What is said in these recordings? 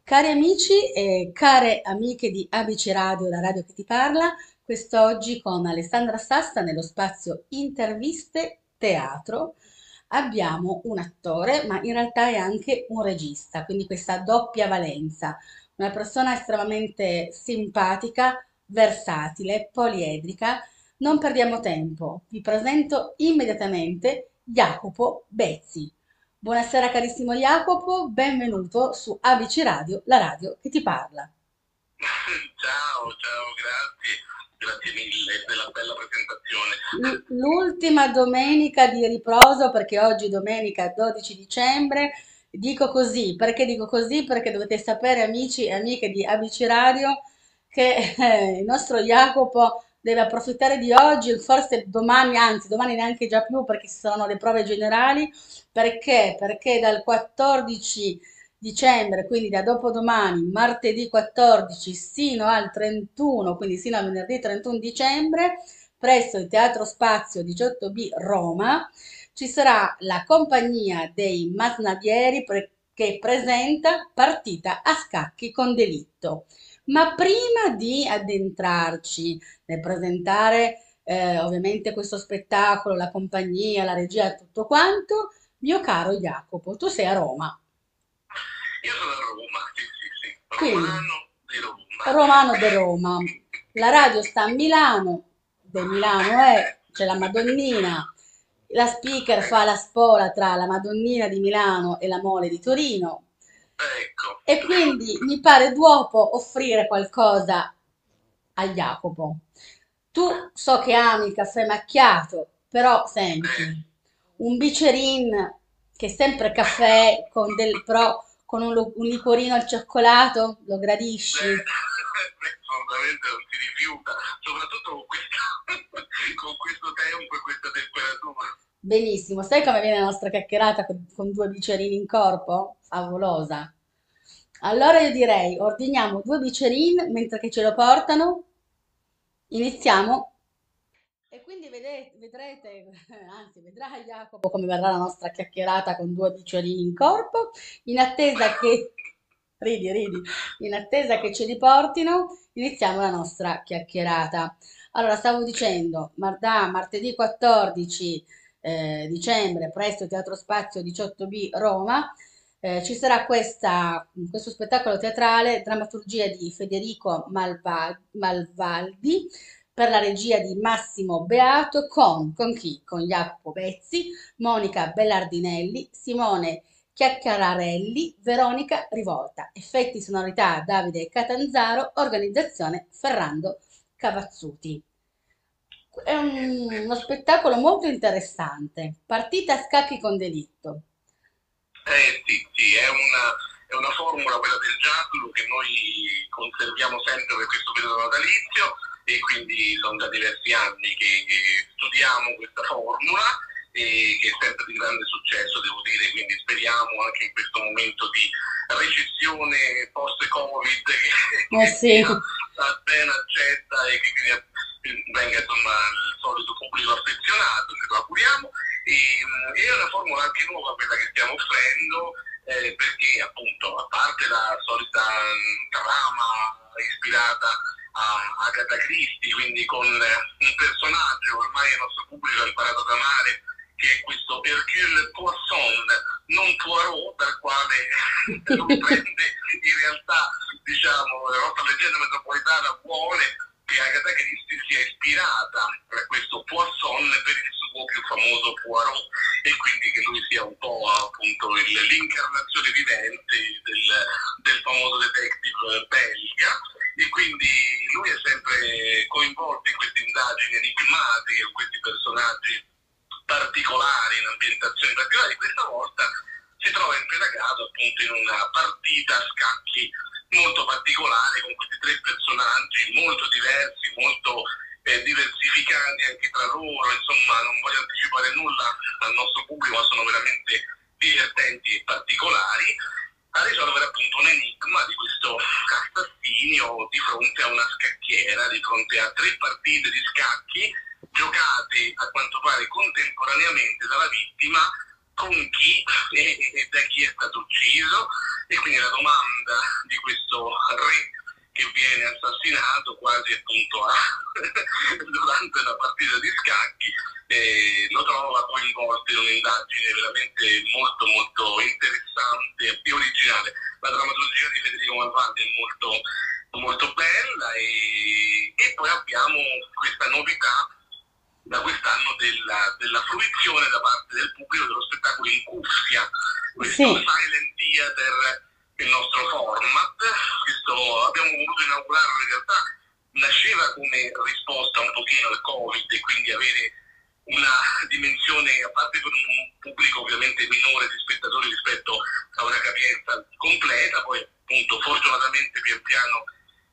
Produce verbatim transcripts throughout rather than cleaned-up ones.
Cari amici e care amiche di A B C Radio, la radio che ti parla, quest'oggi con Alessandra Sassa nello spazio Interviste Teatro abbiamo un attore, ma in realtà è anche un regista, quindi questa doppia valenza, una persona estremamente simpatica, versatile, poliedrica. Non perdiamo tempo, vi presento immediatamente Jacopo Bezzi. Buonasera carissimo Jacopo, benvenuto su A B C Radio, la radio che ti parla. Ciao, ciao, grazie, grazie mille della bella presentazione. L- L'ultima domenica di riposo, perché oggi è domenica dodici dicembre, dico così, perché dico così? Perché dovete sapere amici e amiche di A B C Radio che eh, il nostro Jacopo deve approfittare di oggi, forse domani, anzi domani neanche già più perché ci saranno le prove generali, perché? Perché dal quattordici dicembre, quindi da dopodomani, martedì quattordici, sino al trentuno, quindi sino al venerdì trentuno dicembre, presso il Teatro Spazio diciotto B Roma, ci sarà la compagnia dei Masnadieri pre- che presenta Partita a scacchi con delitto. Ma prima di addentrarci nel presentare eh, ovviamente questo spettacolo, la compagnia, la regia, tutto quanto, mio caro Jacopo, tu sei a Roma. Io sono a Roma, sì, sì, sì, Quindi, romano di Roma. Romano de Roma, la radio sta a Milano, de Milano è, c'è la Madonnina, la speaker fa la spola tra la Madonnina di Milano e la Mole di Torino Ecco, e quindi mi pare d'uopo offrire qualcosa a Jacopo. Tu so che ami il caffè macchiato, però eh, senti, un bicerin che è sempre caffè con del, però con un, lu- un liquorino al cioccolato, lo gradisci? eh, assolutamente non si rifiuta, soprattutto con, questa, con questo tempo e questa temperatura. Benissimo, sai come viene la nostra chiacchierata con, con due bicerini in corpo? Favolosa. Allora io direi, ordiniamo due bicerin mentre che ce lo portano, iniziamo. E quindi vede- vedrete, anzi vedrai Jacopo come verrà la nostra chiacchierata con due bicchieri in corpo, in attesa che, ridi, ridi, in attesa che ce li portino, iniziamo la nostra chiacchierata. Allora, stavo dicendo, mar- da martedì quattordici eh, dicembre, presso Teatro Spazio diciotto B Roma, eh, ci sarà questa- questo spettacolo teatrale, drammaturgia di Federico Malva- Malvaldi, per la regia di Massimo Beato con, con chi? Con Jacopo Bezzi, Monica Bellardinelli, Simone Chiacchierarelli, Veronica Rivolta. Effetti sonorità Davide Catanzaro, organizzazione Ferrando Cavazzuti. È un- uno spettacolo molto interessante. Partita a scacchi con delitto. Eh sì, sì, è una, è una formula quella del giallo che noi conserviamo sempre per questo periodo natalizio e quindi sono da diversi anni che, che studiamo questa formula e che è sempre di grande successo, devo dire, quindi speriamo anche in questo momento di recessione post-Covid che, Eh che sì, sia ben accetta e che quindi venga insomma il solito pubblico affezionato, ce lo auguriamo. E, è una formula anche nuova quella che stiamo offrendo, eh, perché appunto a parte la solita mh, trama ispirata a Agatha Christie, quindi con eh, un personaggio ormai il nostro pubblico ha imparato ad amare, che è questo Hercule Poisson, non Poirot, dal quale lui prende in realtà, diciamo, la nostra leggenda metropolitana vuole che Agatha Christie sia ispirata a questo Poisson per il suo più famoso Poirot e quindi che lui sia un po' appunto il- l'incarnazione vivente del, del famoso detective belga e quindi lui è sempre coinvolto in queste indagini enigmatiche, con questi personaggi particolari, in ambientazioni particolari. Questa volta si trova impelagato appunto in una partita a scacchi molto particolare con questi tre personaggi molto diversi, molto eh, diversificati anche tra loro, insomma non voglio anticipare nulla al nostro pubblico, ma sono veramente divertenti e particolari, a risolvere appunto un enigma di questo assassinio di fronte a una scacchiera, di fronte a tre partite di scacchi giocate a quanto pare contemporaneamente dalla vittima con chi e, e da chi è stato ucciso e quindi la domanda di questo re che viene assassinato quasi appunto a, durante una partita di scacchi, eh, lo trova coinvolto in un'indagine veramente molto molto interessante e originale. La drammaturgia di Federico Malvagni è molto, molto bella e, e poi abbiamo questa novità da quest'anno della, della fruizione da parte del pubblico dello spettacolo in cuffia, questo Sì, silent theater, il nostro format. Questo abbiamo voluto inaugurarlo, in realtà nasceva come risposta un pochino al Covid e quindi avere una dimensione, a parte per un pubblico ovviamente minore di spettatori rispetto a una capienza completa, poi appunto fortunatamente pian piano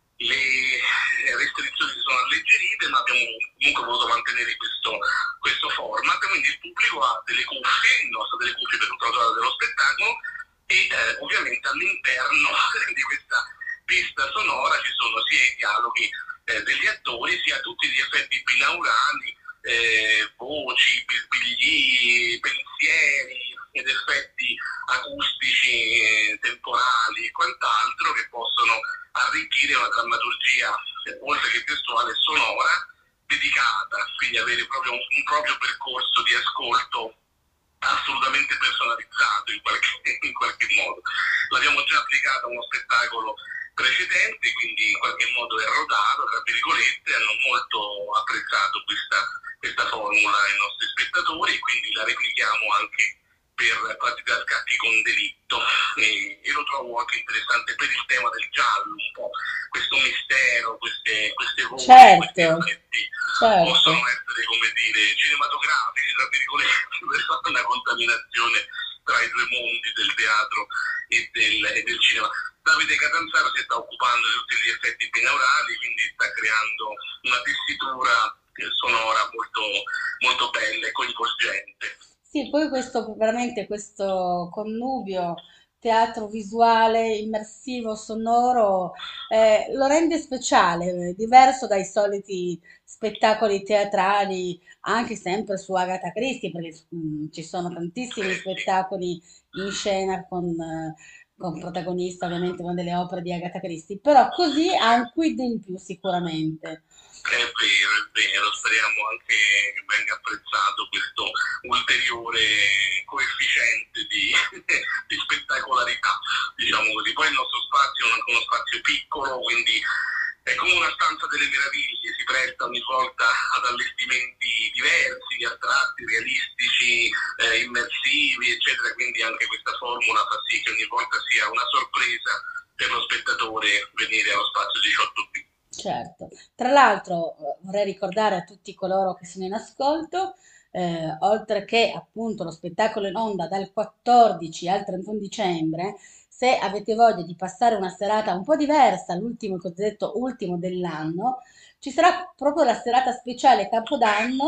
le restrizioni si sono alleggerite, ma abbiamo comunque voluto mantenere questo, questo format, quindi il pubblico ha delle cuffie, indossa delle cuffie per tutta la durata dello spettacolo e eh, ovviamente all'interno di questa pista sonora ci sono sia i dialoghi eh, degli attori, sia tutti gli effetti binaurali, eh, voci, bisbigli, pensieri ed effetti acustici, eh, temporali e quant'altro che possono arricchire una drammaturgia, eh, oltre che testuale, sonora, dedicata, quindi avere proprio un, un proprio percorso di ascolto assolutamente personalizzato in qualche, in qualche modo. L'abbiamo già applicato a uno spettacolo precedente, quindi in qualche modo è rodato, tra virgolette, hanno molto apprezzato questa, questa formula i nostri spettatori e quindi la replichiamo anche per partita a scacchi con delitto e, e lo trovo anche interessante per il tema del giallo, un po' questo mistero, queste, queste voci, questi certo, effetti possono certo. essere, come dire, cinematografici, tra virgolette, per fare una contaminazione tra i due mondi del teatro e del, e del cinema. Davide Catanzaro si sta occupando di tutti gli effetti binaurali, quindi sta creando una tessitura sonora molto, molto bella e coinvolgente. Sì, poi questo veramente questo connubio teatro visuale, immersivo, sonoro, eh, lo rende speciale, eh, diverso dai soliti spettacoli teatrali, anche sempre su Agatha Christie, perché mm, ci sono tantissimi Eh sì. spettacoli in scena con, eh, con protagonista, ovviamente con delle opere di Agatha Christie, però così ha un quid in più sicuramente. È vero, è vero, speriamo anche che venga apprezzato questo ulteriore coefficiente di, di spettacolarità, diciamo così. Poi il nostro spazio è anche uno spazio piccolo, quindi è come una stanza delle meraviglie, si presta ogni volta ad allestimenti diversi, astratti, realistici, eh, immersivi, eccetera, quindi anche questa formula fa sì che ogni volta sia una sorpresa per lo spettatore venire allo spazio diciotto B. Certo, tra l'altro eh, vorrei ricordare a tutti coloro che sono in ascolto, eh, oltre che appunto lo spettacolo in onda dal quattordici al trentuno dicembre, se avete voglia di passare una serata un po' diversa, l'ultimo cosiddetto ultimo dell'anno, ci sarà proprio la serata speciale Capodanno,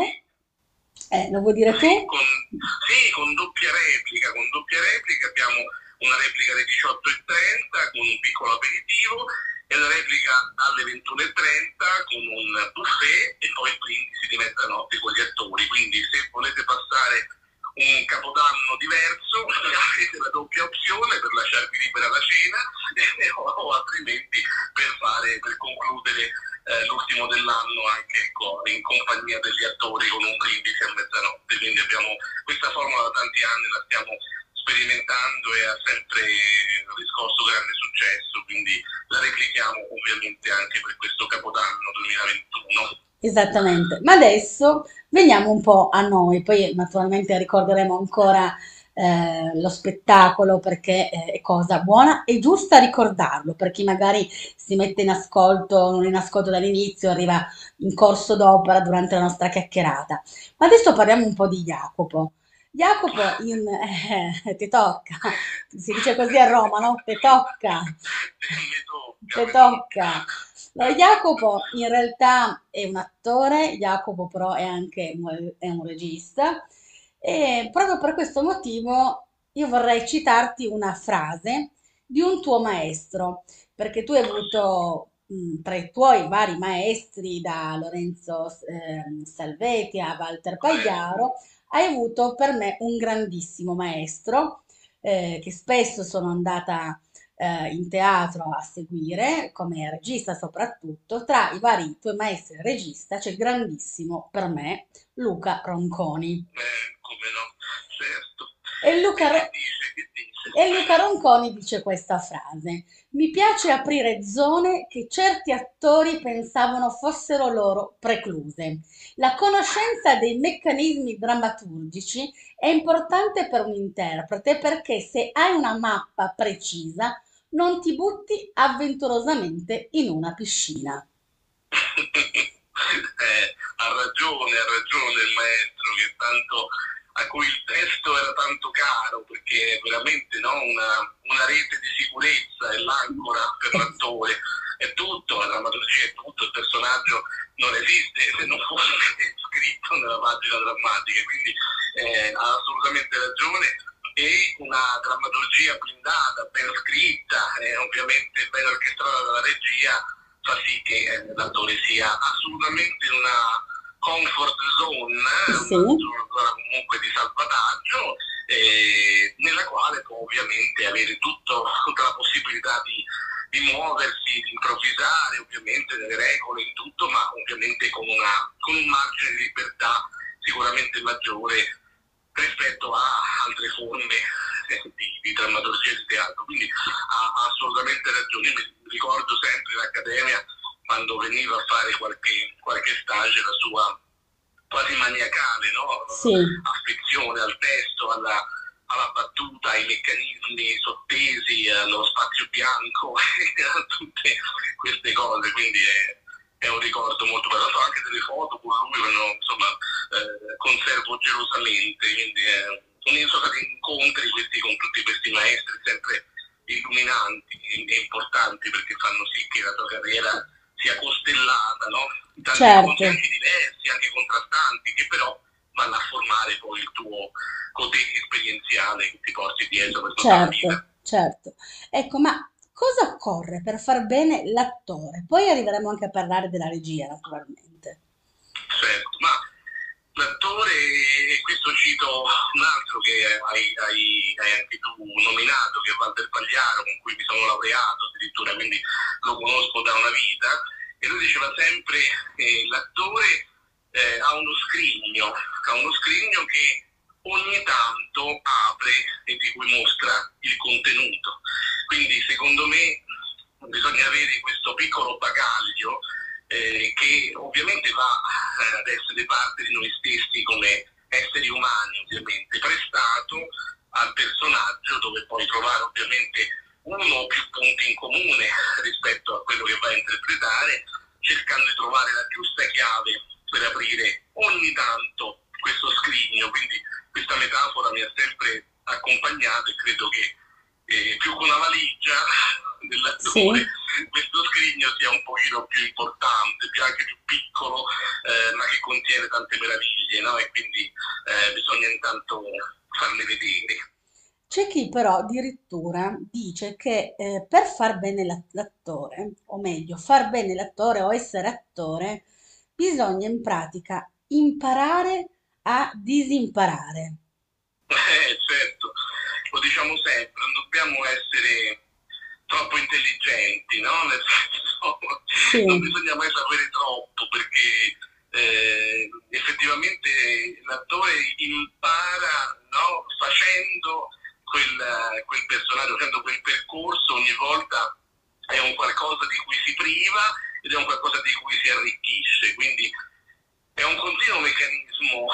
eh, lo vuoi dire tu? Sì, con, sì, con doppia replica, con doppia replica abbiamo una replica alle diciotto e trenta con un piccolo aperitivo e una replica alle ventuno e trenta con un buffet e poi il brindisi di mezzanotte con gli attori. Quindi se volete passare un capodanno diverso avete la doppia opzione per lasciarvi libera la cena o, o altrimenti per fare, per concludere eh, l'ultimo dell'anno anche ecco, in compagnia degli attori con un brindisi a mezzanotte. Quindi abbiamo questa formula da tanti anni, la stiamo sperimentando e ha sempre riscosso grande successo, quindi la replichiamo ovviamente anche per questo Capodanno duemilaventuno. Esattamente, ma adesso veniamo un po' a noi, poi naturalmente ricorderemo ancora eh, lo spettacolo perché eh, è cosa buona e giusta ricordarlo per chi magari si mette in ascolto, non in ascolto dall'inizio, arriva in corso d'opera durante la nostra chiacchierata. Ma adesso parliamo un po' di Jacopo. Jacopo in, eh, ti tocca, si dice così a Roma, no? Te tocca, Mi tocca, te mi tocca. tocca. No, Jacopo in realtà è un attore, Jacopo però è anche un, è un regista e proprio per questo motivo io vorrei citarti una frase di un tuo maestro, perché tu hai avuto mh, tra i tuoi vari maestri, da Lorenzo ehm, Salvetti a Walter Pagliaro, hai avuto per me un grandissimo maestro eh, che spesso sono andata eh, in teatro a seguire, come regista soprattutto. Tra i vari tuoi maestri regista c'è grandissimo per me Luca Ronconi. Eh, come no, certo. E E Luca, che Ro- dice, che dice? e Luca Ronconi dice questa frase: Mi piace aprire zone che certi attori pensavano fossero loro precluse. La conoscenza dei meccanismi drammaturgici è importante per un interprete perché se hai una mappa precisa non ti butti avventurosamente in una piscina. Eh, ha ragione, ha ragione il maestro che tanto, a cui il testo era tanto caro perché è veramente, no, una, una rete di sicurezza, è l'ancora per l'attore, è tutto, la drammaturgia è tutto, il personaggio non esiste se non fosse scritto nella pagina drammatica, quindi eh, ha assolutamente ragione. E una drammaturgia blindata, ben scritta, e ovviamente ben orchestrata dalla regia, fa sì che eh, l'attore sia assolutamente in una comfort zone, eh, Sì, una zona comunque di salvataggio, eh, nella quale può ovviamente avere tutto, tutta la possibilità di, di muoversi, di improvvisare, ovviamente nelle regole, in tutto, ma ovviamente con, una, con un margine di libertà sicuramente maggiore rispetto a altre forme eh, di, di drammaturgia di teatro. Quindi ha, ha assolutamente ragione. Io mi ricordo sempre in accademia quando veniva a fare qualche, qualche stage la sua quasi maniacale, no? sì, Affezione al testo, alla, alla battuta, ai meccanismi sottesi, allo spazio bianco, a tutte queste cose. Quindi è, è un ricordo molto bello. So anche delle foto con lui, no, insomma, eh, conservo gelosamente. Quindi è, sono stati incontri questi con tutti questi maestri sempre illuminanti e importanti perché fanno sì che la tua carriera sia costellata, no? Tanti incontri certo. anche diversi, anche contrastanti, che però vanno a formare poi il tuo codè esperienziale che ti porti dietro per tutta la vita. Certo, certo. Ecco, ma cosa occorre per far bene l'attore? Poi arriveremo anche a parlare della regia, naturalmente. Certo, ma l'attore, e questo cito un altro che hai, hai- hai anche tu nominato, che è Walter Pagliaro, con cui mi sono laureato addirittura, quindi lo conosco da una vita, e lui diceva sempre che l'attore eh, ha uno scrigno, ha uno scrigno che ogni tanto apre e di cui mostra il contenuto. Quindi secondo me bisogna avere questo piccolo bagaglio eh, che ovviamente va eh, ad essere parte di noi stessi come esseri umani, ovviamente, prestato al personaggio, dove puoi trovare ovviamente uno o più punti in comune rispetto a quello che vai a interpretare, cercando di trovare la giusta chiave per aprire ogni tanto questo scrigno. Quindi questa metafora mi ha sempre accompagnato e credo che eh, più che una valigia dell'attore, Sì, questo scrigno sia un pochino più importante, più anche più piccolo, eh, ma che contiene tante meraviglie, no? E quindi eh, bisogna intanto farle vedere. c'è chi però addirittura dice che eh, per far bene la- l'attore, o meglio, far bene l'attore o essere attore, bisogna in pratica imparare a disimparare. Eh, certo, lo diciamo sempre, non dobbiamo essere troppo intelligenti, no? Nel senso, non Sì, bisogna mai sapere troppo perché eh, effettivamente l'attore impara, no? Facendo quel, quel personaggio, facendo quel percorso ogni volta è un qualcosa di cui si priva ed è un qualcosa di cui si arricchisce, quindi è un continuo meccanismo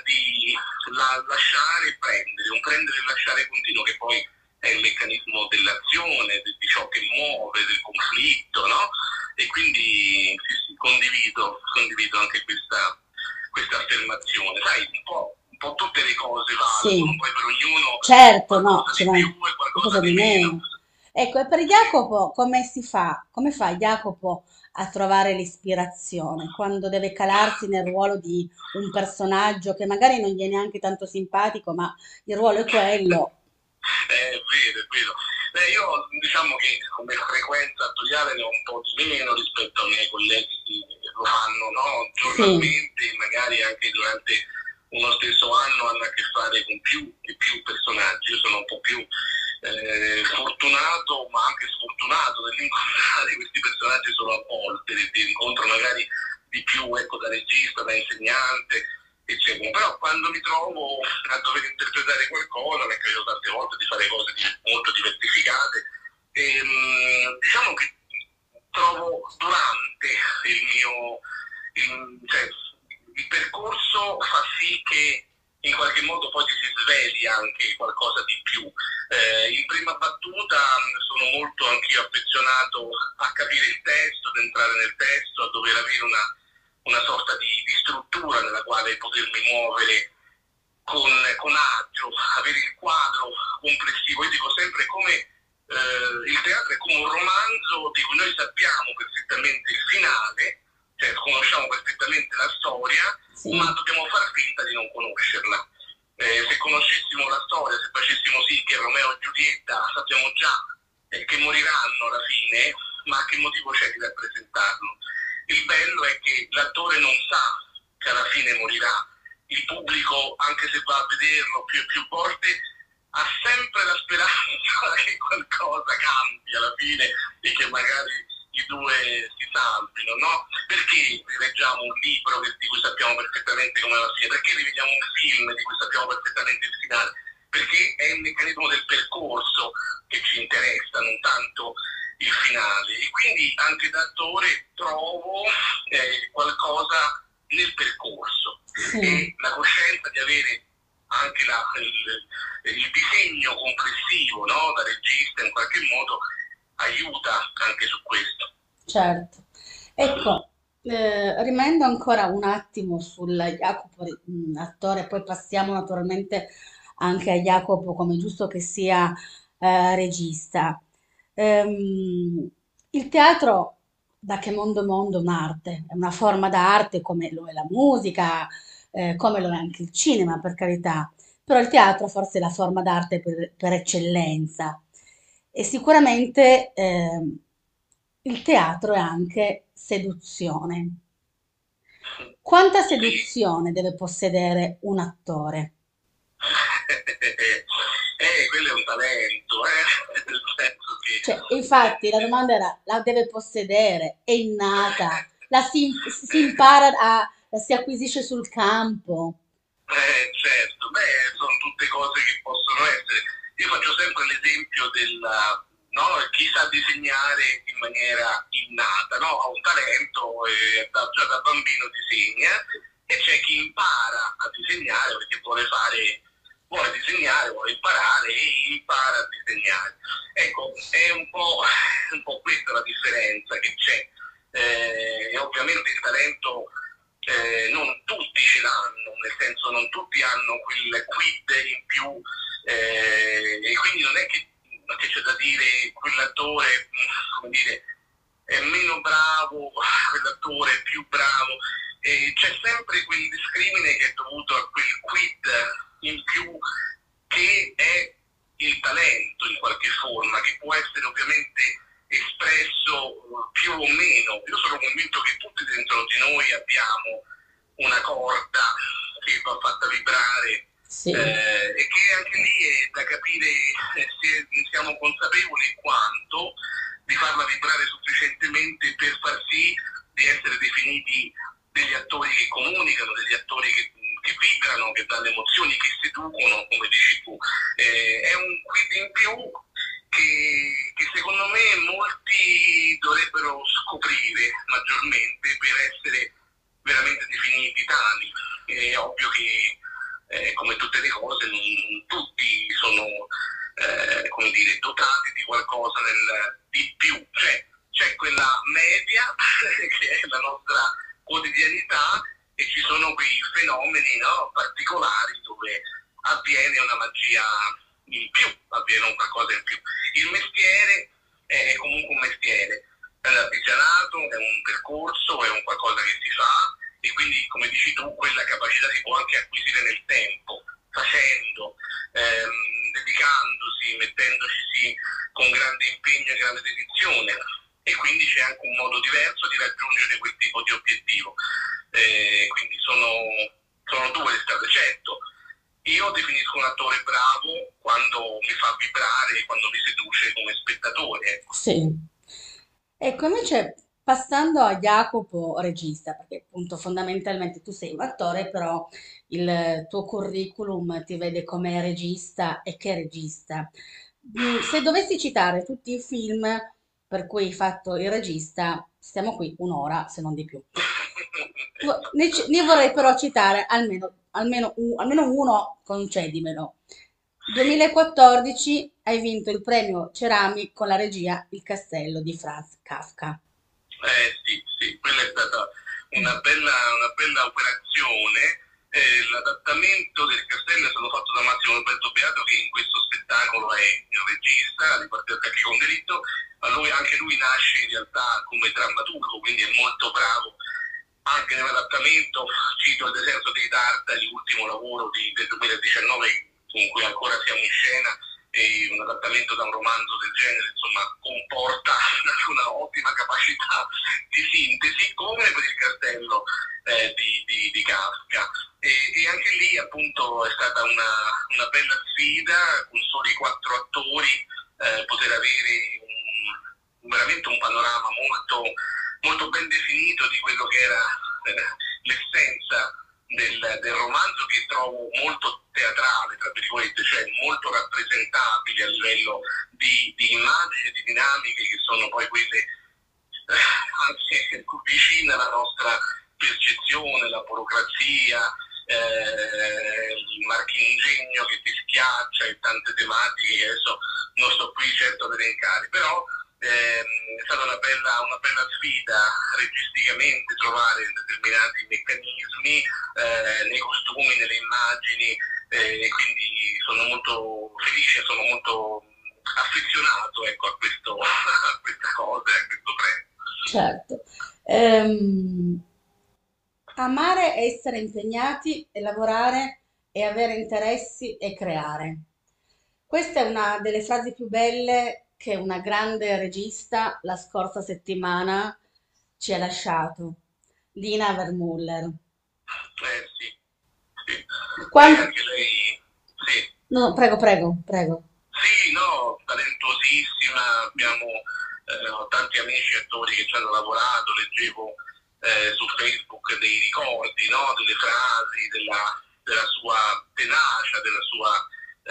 di la- lasciare e prendere, un prendere e lasciare continuo che poi è il meccanismo dell'azione, di, di ciò che muove, del conflitto, no? E quindi sì, sì, condivido, condivido anche questa, questa affermazione. Sai, un po', un po' tutte le cose valgono, sì. poi per ognuno Certo, no, qualcosa ci di va più e qualcosa qualcosa di di meno. meno. Ecco, e per Jacopo come si fa? Come fa Jacopo a trovare l'ispirazione quando deve calarsi nel ruolo di un personaggio che magari non gli è neanche tanto simpatico, ma il ruolo è quello? È vero, è vero. Beh, io diciamo che come frequenza attoriale ne ho un po' di meno rispetto ai miei colleghi che lo fanno, no? Sì, Giornalmente, magari anche durante uno stesso anno hanno a che fare con più e più personaggi. Io sono un po' più eh, fortunato ma anche sfortunato nell'incontrare questi personaggi solo a volte, li, li incontro magari di più, ecco, da regista, da insegnante, eccetera. Però quando mi trovo a dover interpretare qualcosa, mi è capitato tante volte di fare cose di, molto diversificate, e, mh, diciamo che trovo durante il mio il, cioè, il percorso fa sì che in qualche modo poi ci si sveli anche qualcosa di più. Eh, in prima battuta sono molto anch'io affezionato a capire il testo, ad entrare nel testo, a dover avere una, una sorta di, di struttura nella quale potermi muovere con, con agio, avere il quadro complessivo. Io dico sempre come eh, il teatro è come un romanzo di cui noi sappiamo perfettamente il finale, cioè conosciamo perfettamente la storia, Sì, ma dobbiamo far finta di non conoscerla. Eh, se conoscessimo la storia, se facessimo sì che Romeo e Giulietta sappiamo già eh, che moriranno alla fine, ma che motivo c'è di rappresentarlo? Il bello è che l'attore non sa che alla fine morirà, il pubblico, anche se va a vederlo più e più volte, ha sempre la speranza che qualcosa cambi alla fine e che magari i due si salvino, no? Perché rileggiamo un libro di cui sappiamo perfettamente come va a finire? Perché rivediamo un film di cui sappiamo perfettamente il finale? Perché è il meccanismo del percorso che ci interessa, non tanto il finale. E quindi anche da attore trovo eh, qualcosa nel percorso sì. e la coscienza di avere anche la, il, il disegno complessivo, no? Da regista in qualche modo aiuta anche su questo. Certo. Ecco, eh, rimanendo ancora un attimo sul Jacopo, mm, attore, poi passiamo naturalmente anche a Jacopo, come è giusto che sia, eh, regista. Ehm, il teatro, da che mondo è mondo, è un'arte, è una forma d'arte come lo è la musica, eh, come lo è anche il cinema, per carità. Però il teatro forse è la forma d'arte per, per eccellenza. E sicuramente ehm, il teatro è anche seduzione. Quanta Sì, seduzione deve possedere un attore? eh, quello è un talento, eh? Nel senso che Cioè, infatti la domanda era, la deve possedere, è innata, la si, si impara a, la si acquisisce sul campo. Eh, certo, beh, sono tutte cose che possono essere. Io faccio sempre l'esempio del, no, chi sa disegnare in maniera innata, no? Ha un talento e da- già da bambino disegna e c'è chi impara a disegnare perché vuole fare, vuole disegnare, vuole imparare e impara a disegnare. Ecco, è un po', un po' questa la differenza che c'è. Eh, e ovviamente il talento eh, non tutti ce l'hanno, nel senso non tutti hanno quel quid in più eh, e quindi non è che, che c'è da dire quell'attore, come dire, è meno bravo, quell'attore è più bravo, e c'è sempre quel discrimine che è dovuto a quel quid in più che è il talento in qualche forma, che può essere ovviamente espresso eh, più o meno. Io sono convinto che tutti dentro di noi abbiamo una corda che va fatta vibrare Sì, eh, e che anche lì è da capire eh, se siamo consapevoli quanto di farla vibrare sufficientemente per far sì di essere definiti degli attori che comunicano, degli attori che, che vibrano, che danno emozioni, che seducono, come dici tu. Eh, è un quid in più che, che secondo me molti dovrebbero scoprire maggiormente per essere veramente definiti tali. È ovvio che, eh, come tutte le cose, non, non tutti sono eh, come dire, dotati di qualcosa nel, di più. Cioè, c'è quella media che è la nostra quotidianità e ci sono quei fenomeni, no, particolari dove avviene una magia in più, avviene un qualcosa in più. Il mestiere è comunque un mestiere, è l'artigianato, è un percorso, è un qualcosa che si fa e quindi, come dici tu, quella capacità si può anche acquisire nel tempo, facendo, ehm, dedicandosi, mettendoci con grande impegno e grande dedizione e quindi c'è anche un modo diverso di raggiungere quel tipo di obiettivo. Eh, quindi sono, sono due le strade, certo. Io definisco un attore bravo quando mi fa vibrare, quando mi seduce come spettatore, ecco. Sì. Ecco, invece passando a Jacopo, regista, perché appunto fondamentalmente tu sei un attore, però il tuo curriculum ti vede come regista e che regista. Mm, Se dovessi citare tutti i film per cui hai fatto il regista, stiamo qui un'ora, se non di più. Vo- Ne, ci- ne vorrei però citare almeno, almeno, un- almeno uno, concedimelo. duemilaquattordici hai vinto il premio Cerami con la regia Il castello di Franz Kafka. Eh sì, sì, quella è stata una bella, una bella operazione. Eh, l'adattamento del castello è stato fatto da Massimo Alberto Beato, che in questo spettacolo è il regista, di partita anche con delitto, ma lui, anche lui nasce in realtà come drammaturgo, quindi è molto bravo anche nell'adattamento. Cito Il deserto dei Tartari, l'ultimo lavoro di- del duemiladiciannove con cui ancora siamo in scena, e un adattamento da un romanzo del genere, insomma, comporta una ottima capacità di sintesi, come per il castello eh, di, di- di Kafka. E, e anche lì appunto è stata una, una bella sfida, con soli quattro attori, eh, poter avere un, veramente un panorama molto, molto ben definito di quello che era eh, l'essenza del, del romanzo, che trovo molto teatrale, tra virgolette, cioè molto rappresentabile a livello di, di immagini e di dinamiche, che sono poi quelle eh, anche vicine alla nostra percezione, la burocrazia, eh, il marchingegno che ti schiaccia, e tante tematiche che adesso non sto qui certo ad elencare, però ehm, è stata una bella, una bella sfida registicamente trovare determinati meccanismi eh, nei costumi, nelle immagini, eh, e quindi sono molto felice, sono molto affezionato, ecco, a, questo, a questa cosa, a questo premio. Certo. Ehm, Amare è essere impegnati e lavorare e avere interessi e creare. Questa è una delle frasi più belle che una grande regista la scorsa settimana ci ha lasciato, Lina Vermuller. Eh sì, sì. Lei Quan- anche lei, sì. No, prego, prego, prego. Sì, no, talentosissima, abbiamo eh, ho tanti amici attori che ci hanno lavorato, leggevo eh, su Facebook dei ricordi, no, delle frasi, della, della sua tenacia, della sua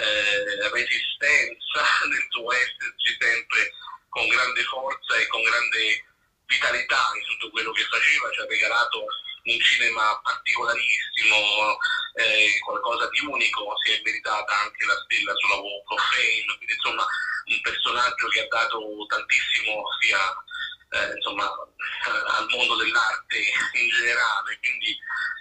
eh, resistenza, del suo esserci sempre con grande forza e con grande vitalità in tutto quello che faceva. Ci ha regalato un cinema particolarissimo, eh, qualcosa di unico, si è meritata anche la stella sulla Walk of Fame, quindi insomma un personaggio che ha dato tantissimo sia eh, insomma, eh, al mondo dell'arte in generale, quindi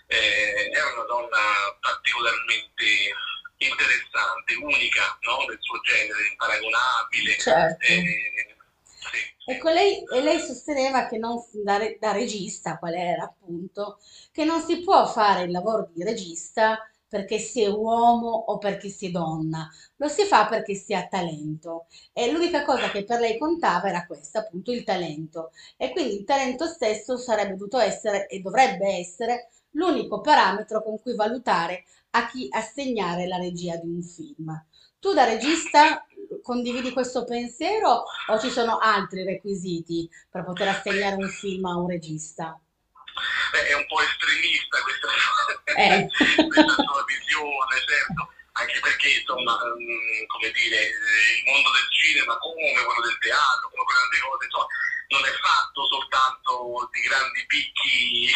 eh, era una donna particolarmente interessante, unica, no? Del suo genere, imparagonabile. Certo. eh, sì. Ecco, lei, e lei sosteneva che non, da, re- da regista, qual era appunto, che non si può fare il lavoro di regista perché si è uomo o perché si è donna, lo si fa perché si ha talento. E l'unica cosa che per lei contava era questa, appunto, il talento. E quindi il talento stesso sarebbe dovuto essere e dovrebbe essere l'unico parametro con cui valutare a chi assegnare la regia di un film. Tu da regista condividi questo pensiero o ci sono altri requisiti per poter assegnare un film a un regista? Beh, è un po' estremista questa, Eh. questa sua visione, certo, anche perché insomma, mm, come dire, eh, il mondo del cinema, come quello del teatro, come quelle altre cose, insomma, non è fatto soltanto di grandi picchi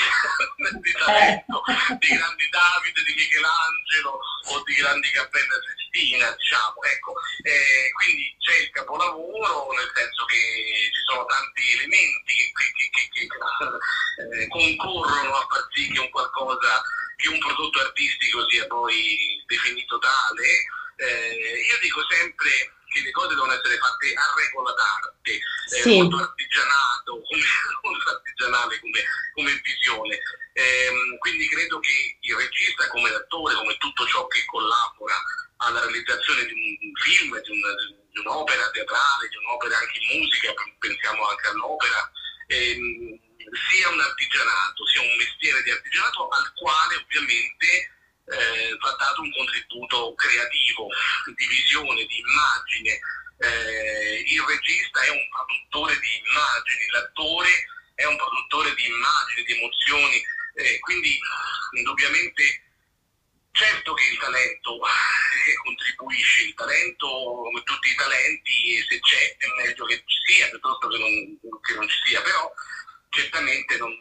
di Eh. talento, di grandi Davide, di Michelangelo o di grandi Cappella Sistina, diciamo, ecco. Eh, quindi c'è il capolavoro, nel senso che ci sono tanti elementi che, che, che, che, che eh, concorrono a far sì che un qualcosa, che un prodotto artistico sia poi definito tale. Eh, io dico sempre che le cose devono essere fatte a regola d'arte, eh, molto Sì, artigianato, come, molto artigianale come, come visione. Ehm, quindi credo che il regista, come l'attore, come tutto ciò che collabora alla realizzazione di un film, di, un, di un'opera teatrale, di un'opera anche in musica, pensiamo anche all'opera, ehm, sia un artigianato, sia un mestiere di artigianato al quale ovviamente eh, va dato un contributo creativo, di visione, di immagine. Eh, il regista è un produttore di immagini, l'attore è un produttore di immagini, di emozioni, eh, quindi indubbiamente certo che il talento eh, contribuisce, il talento come tutti i talenti, se c'è è meglio che ci sia piuttosto che non, che non ci sia, però certamente non,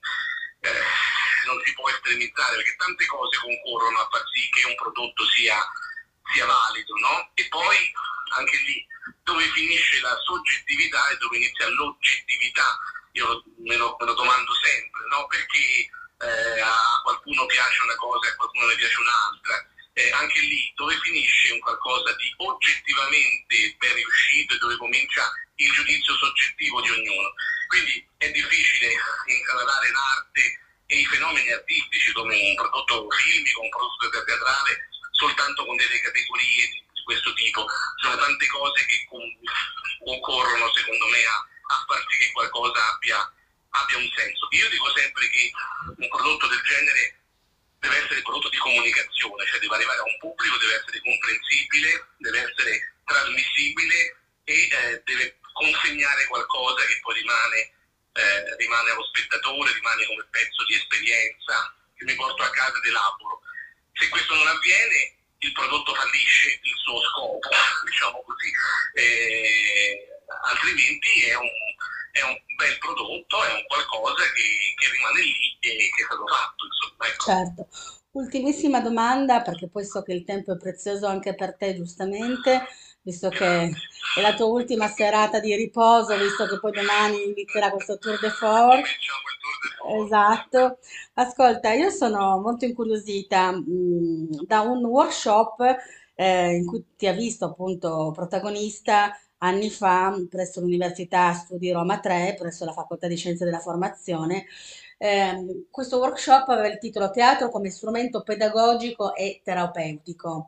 eh, non si può estremizzare perché tante cose concorrono a far sì che un prodotto sia, sia valido, no? E poi anche lì dove finisce la soggettività e dove inizia l'oggettività, io me lo, me lo domando sempre, no? Perché eh, a qualcuno piace una cosa e a qualcuno ne piace un'altra, eh, anche lì dove finisce un qualcosa di oggettivamente ben riuscito e dove comincia il giudizio soggettivo di ognuno. Quindi è difficile incanalare l'arte e i fenomeni artistici come un prodotto filmico, un prodotto teatrale soltanto con delle categorie di, di questo tipo. Sono tante cose che concorrono secondo me a, a far sì che qualcosa abbia, abbia un senso. Io dico sempre che un prodotto del genere deve essere prodotto di comunicazione, cioè deve arrivare a un pubblico, deve essere comprensibile, deve essere trasmissibile e eh, deve consegnare qualcosa che poi rimane, eh, rimane allo spettatore, rimane come pezzo di esperienza che mi porto a casa ed elaboro. Se questo non avviene, il prodotto fallisce il suo scopo, diciamo così, eh, altrimenti è un, è un bel prodotto, è un qualcosa che, che rimane lì e che è stato fatto, insomma, ecco. Certo. Ultimissima domanda, perché poi so che il tempo è prezioso anche per te, giustamente, visto che è la tua ultima serata di riposo, visto che poi domani inizierà questo tour de force. Cominciamo il tour de force. Esatto. Ascolta, io sono molto incuriosita, mh, da un workshop eh, in cui ti ha visto appunto protagonista anni fa presso l'Università Studi Roma tre, presso la Facoltà di Scienze della Formazione. Ehm, questo workshop aveva il titolo Teatro come strumento pedagogico e terapeutico.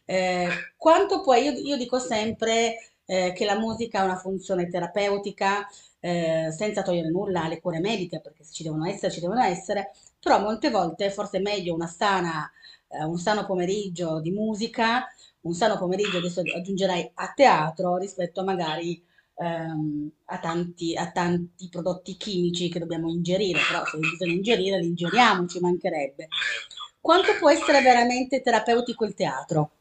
Eh, quanto poi, io, io dico sempre eh, che la musica ha una funzione terapeutica, eh, senza togliere nulla alle cure mediche, perché se ci devono essere, ci devono essere, però molte volte forse è meglio una sana, eh, un sano pomeriggio di musica, un sano pomeriggio, adesso aggiungerai a teatro, rispetto a magari ehm, a tanti, a tanti prodotti chimici che dobbiamo ingerire, però se bisogna ingerire, li ingeriamo, ci mancherebbe. Quanto può essere veramente terapeutico il teatro?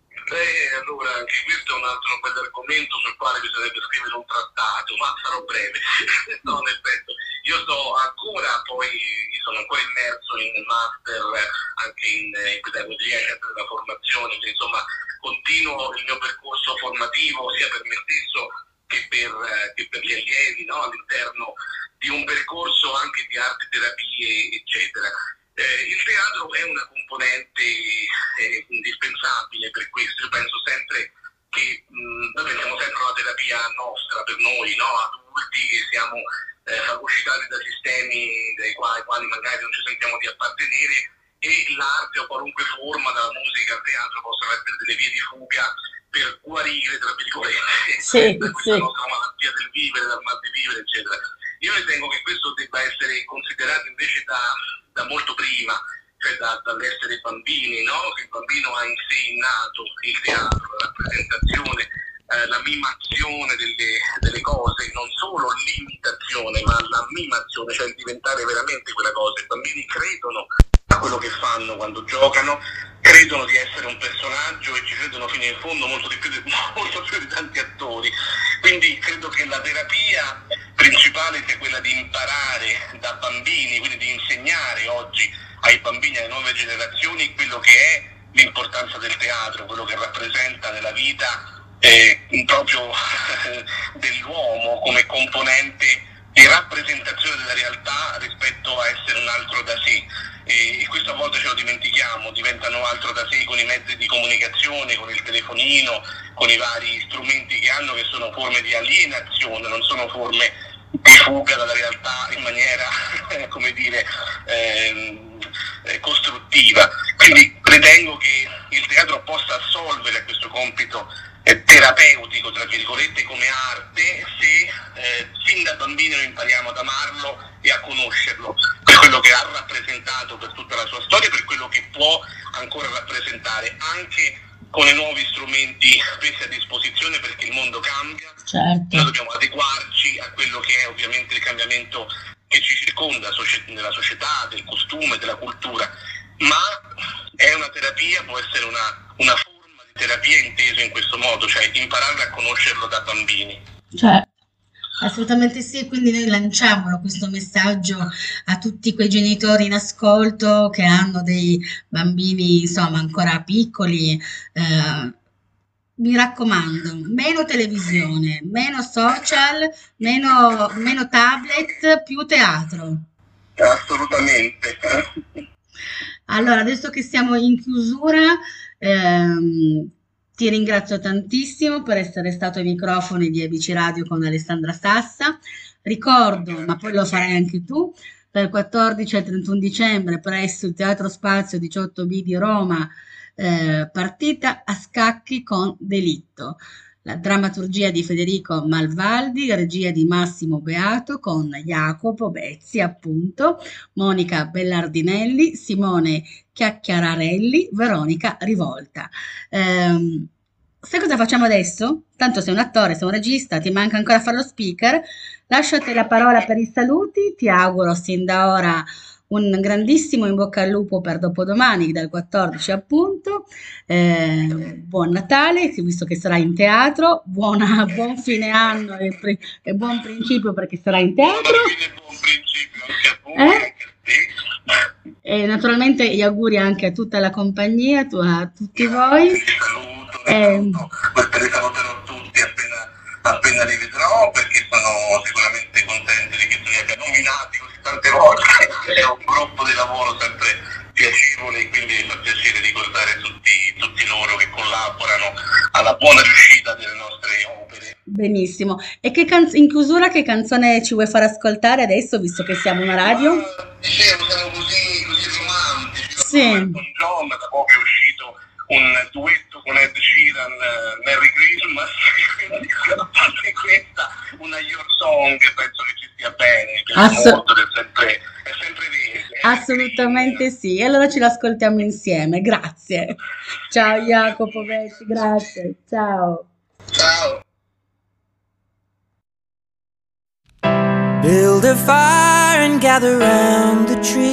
Eh, allora, anche questo è un altro bell'argomento sul quale bisognerebbe scrivere un trattato, ma sarò breve. No, nel senso, io sto ancora, poi sono ancora immerso in master anche in, in pedagogia e scienze della formazione, quindi insomma continuo il mio percorso formativo sia per me stesso che per, eh, che per gli allievi, no? All'interno di un percorso anche di arte terapie, eccetera. Eh, il teatro è una componente eh, indispensabile per questo. Io penso sempre che mh, noi pensiamo sempre alla terapia nostra, per noi, no? Adulti che siamo eh, fagocitati da sistemi dai quali, quali magari non ci sentiamo di appartenere, e l'arte o qualunque forma, dalla musica al teatro, possono essere delle vie di fuga per guarire, tra virgolette, Sì, da questa sì. nostra malattia del vivere, dal mal di vivere, eccetera. Io ritengo che questo debba essere considerato invece da, da molto prima, cioè da, dall'essere bambini, no? Che il bambino ha in sé innato il teatro, la rappresentazione, eh, la mimazione delle, delle cose, non solo l'imitazione, ma la mimazione, cioè il diventare veramente quella cosa. I bambini credono a quello che fanno quando giocano, credono di essere un personaggio e ci credono fino in fondo molto di più di, molto più di tanti attori. Quindi credo che la terapia principale sia quella di imparare da bambini, quindi di insegnare oggi ai bambini, alle nuove generazioni, quello che è l'importanza del teatro, quello che rappresenta nella vita eh, proprio dell'uomo come componente di rappresentazione della realtà rispetto a essere un altro da sé. E questo a volte ce lo dimentichiamo, diventano altro da sé con i mezzi di comunicazione, con il telefonino, con i vari strumenti che hanno, che sono forme di alienazione, non sono forme di fuga dalla realtà in maniera, come dire, ehm, costruttiva. Quindi ritengo che il teatro possa assolvere a questo compito eh, terapeutico, tra virgolette, come arte, se eh, fin da bambino impariamo ad amarlo e a conoscerlo per quello che ha rappresentato per tutta la sua storia, per quello che può ancora rappresentare, anche con i nuovi strumenti messi a disposizione, perché il mondo cambia, Certo. noi dobbiamo adeguarci a quello che è ovviamente il cambiamento che ci circonda nella società, del costume, della cultura, ma è una terapia, può essere una, una forma di terapia inteso in questo modo, cioè imparare a conoscerlo da bambini. Cioè, assolutamente sì, quindi noi lanciamo questo messaggio a tutti quei genitori in ascolto che hanno dei bambini, insomma, ancora piccoli. Eh, mi raccomando, meno televisione, meno social, meno, meno tablet, più teatro. Assolutamente. Allora, adesso che siamo in chiusura, ehm, ti ringrazio tantissimo per essere stato ai microfoni di A B C Radio con Alessandra Sassa. Ricordo, ma poi lo farai anche tu, dal quattordici al trentuno dicembre presso il Teatro Spazio diciotto B di Roma, eh, partita a scacchi con Delitto. La drammaturgia di Federico Malvaldi, regia di Massimo Beato con Jacopo Bezzi, appunto, Monica Bellardinelli, Simone Chiacchiararelli, Veronica Rivolta. Ehm, sai cosa facciamo adesso? Tanto sei un attore, sei un regista, ti manca ancora fare lo speaker. Lasciate la parola per i saluti, ti auguro sin da ora un grandissimo in bocca al lupo per dopodomani, dal quattordici appunto. Eh, buon Natale, visto che sarà in teatro, buona, buon fine anno e, pre- e buon principio perché sarà in teatro. Buon fine e buon principio anche a voi, Eh? anche a te. E naturalmente gli auguri anche a tutta la compagnia, tu- a tutti voi. Vi saluto, vi Eh, saluto, queste li saluterò tutti appena, appena li vedrò, perché sono sicuramente contenti di che tu li abbia nominati così tante volte. È un gruppo di lavoro sempre piacevole e quindi mi fa piacere ricordare tutti, tutti loro che collaborano alla buona riuscita delle nostre opere. benissimo. E che canz- in chiusura che canzone ci vuoi far ascoltare adesso, visto che siamo una radio? Ma dicevo, siamo così, così romantici, lo Sì, so, con John, da poco è uscito un duetto con Ed Sheeran, eh, Merry Christmas, quindi a parte questa, una Your Song, penso che ci stia bene, mi piace ass- molto, è sempre, è sempre verde, è assolutamente green. sì. E allora ce l'ascoltiamo insieme. Grazie. Ciao Jacopo Becci, grazie. Ciao. Ciao. Build a fire and gather round the tree.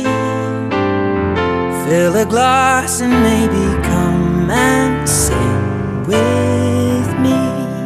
Fill a glass and maybe come and sing with me.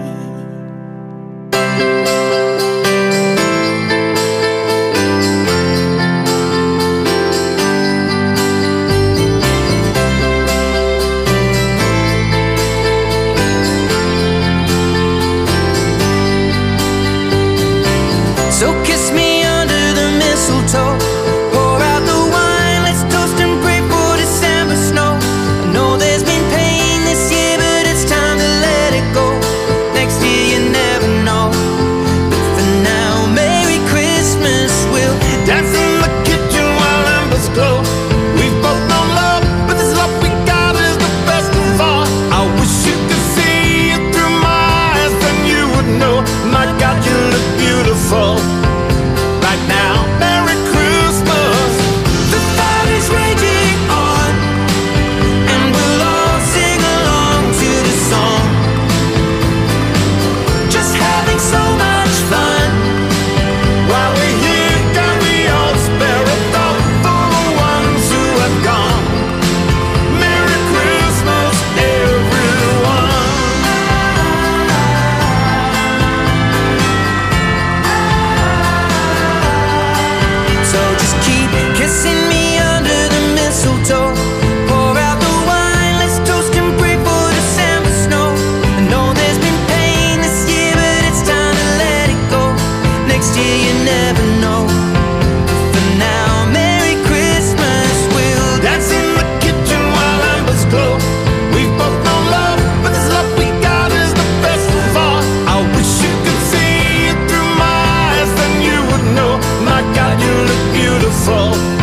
So kiss me under the mistletoe. Pour out the wine, let's toast and pray for December snow. I know there's been pain this year, but it's time to let it go. Next year you never know. But for now, Merry Christmas. We'll dance in the kitchen while embers glow. We've both known love, but this love we got is the best of all. I wish you could see it through my eyes, then you would know. My God, you look beautiful right now. Merry Christmas. The fire is raging on, and we'll all sing along to the song. Just having so much fun while we're here. Can we all spare a thought for the ones who have gone? Merry Christmas, everyone. So just keep kissing me under the mistletoe. Pour out the wine, let's toast and pray for December snow. I know there's been pain this year, but it's time to let it go. Next year you never know. For now, Merry Christmas. We'll dance in the kitchen while embers glow. We've both known love, but this love we got is the best of all. I wish you could see it through my eyes, then you would know. My God, you look beautiful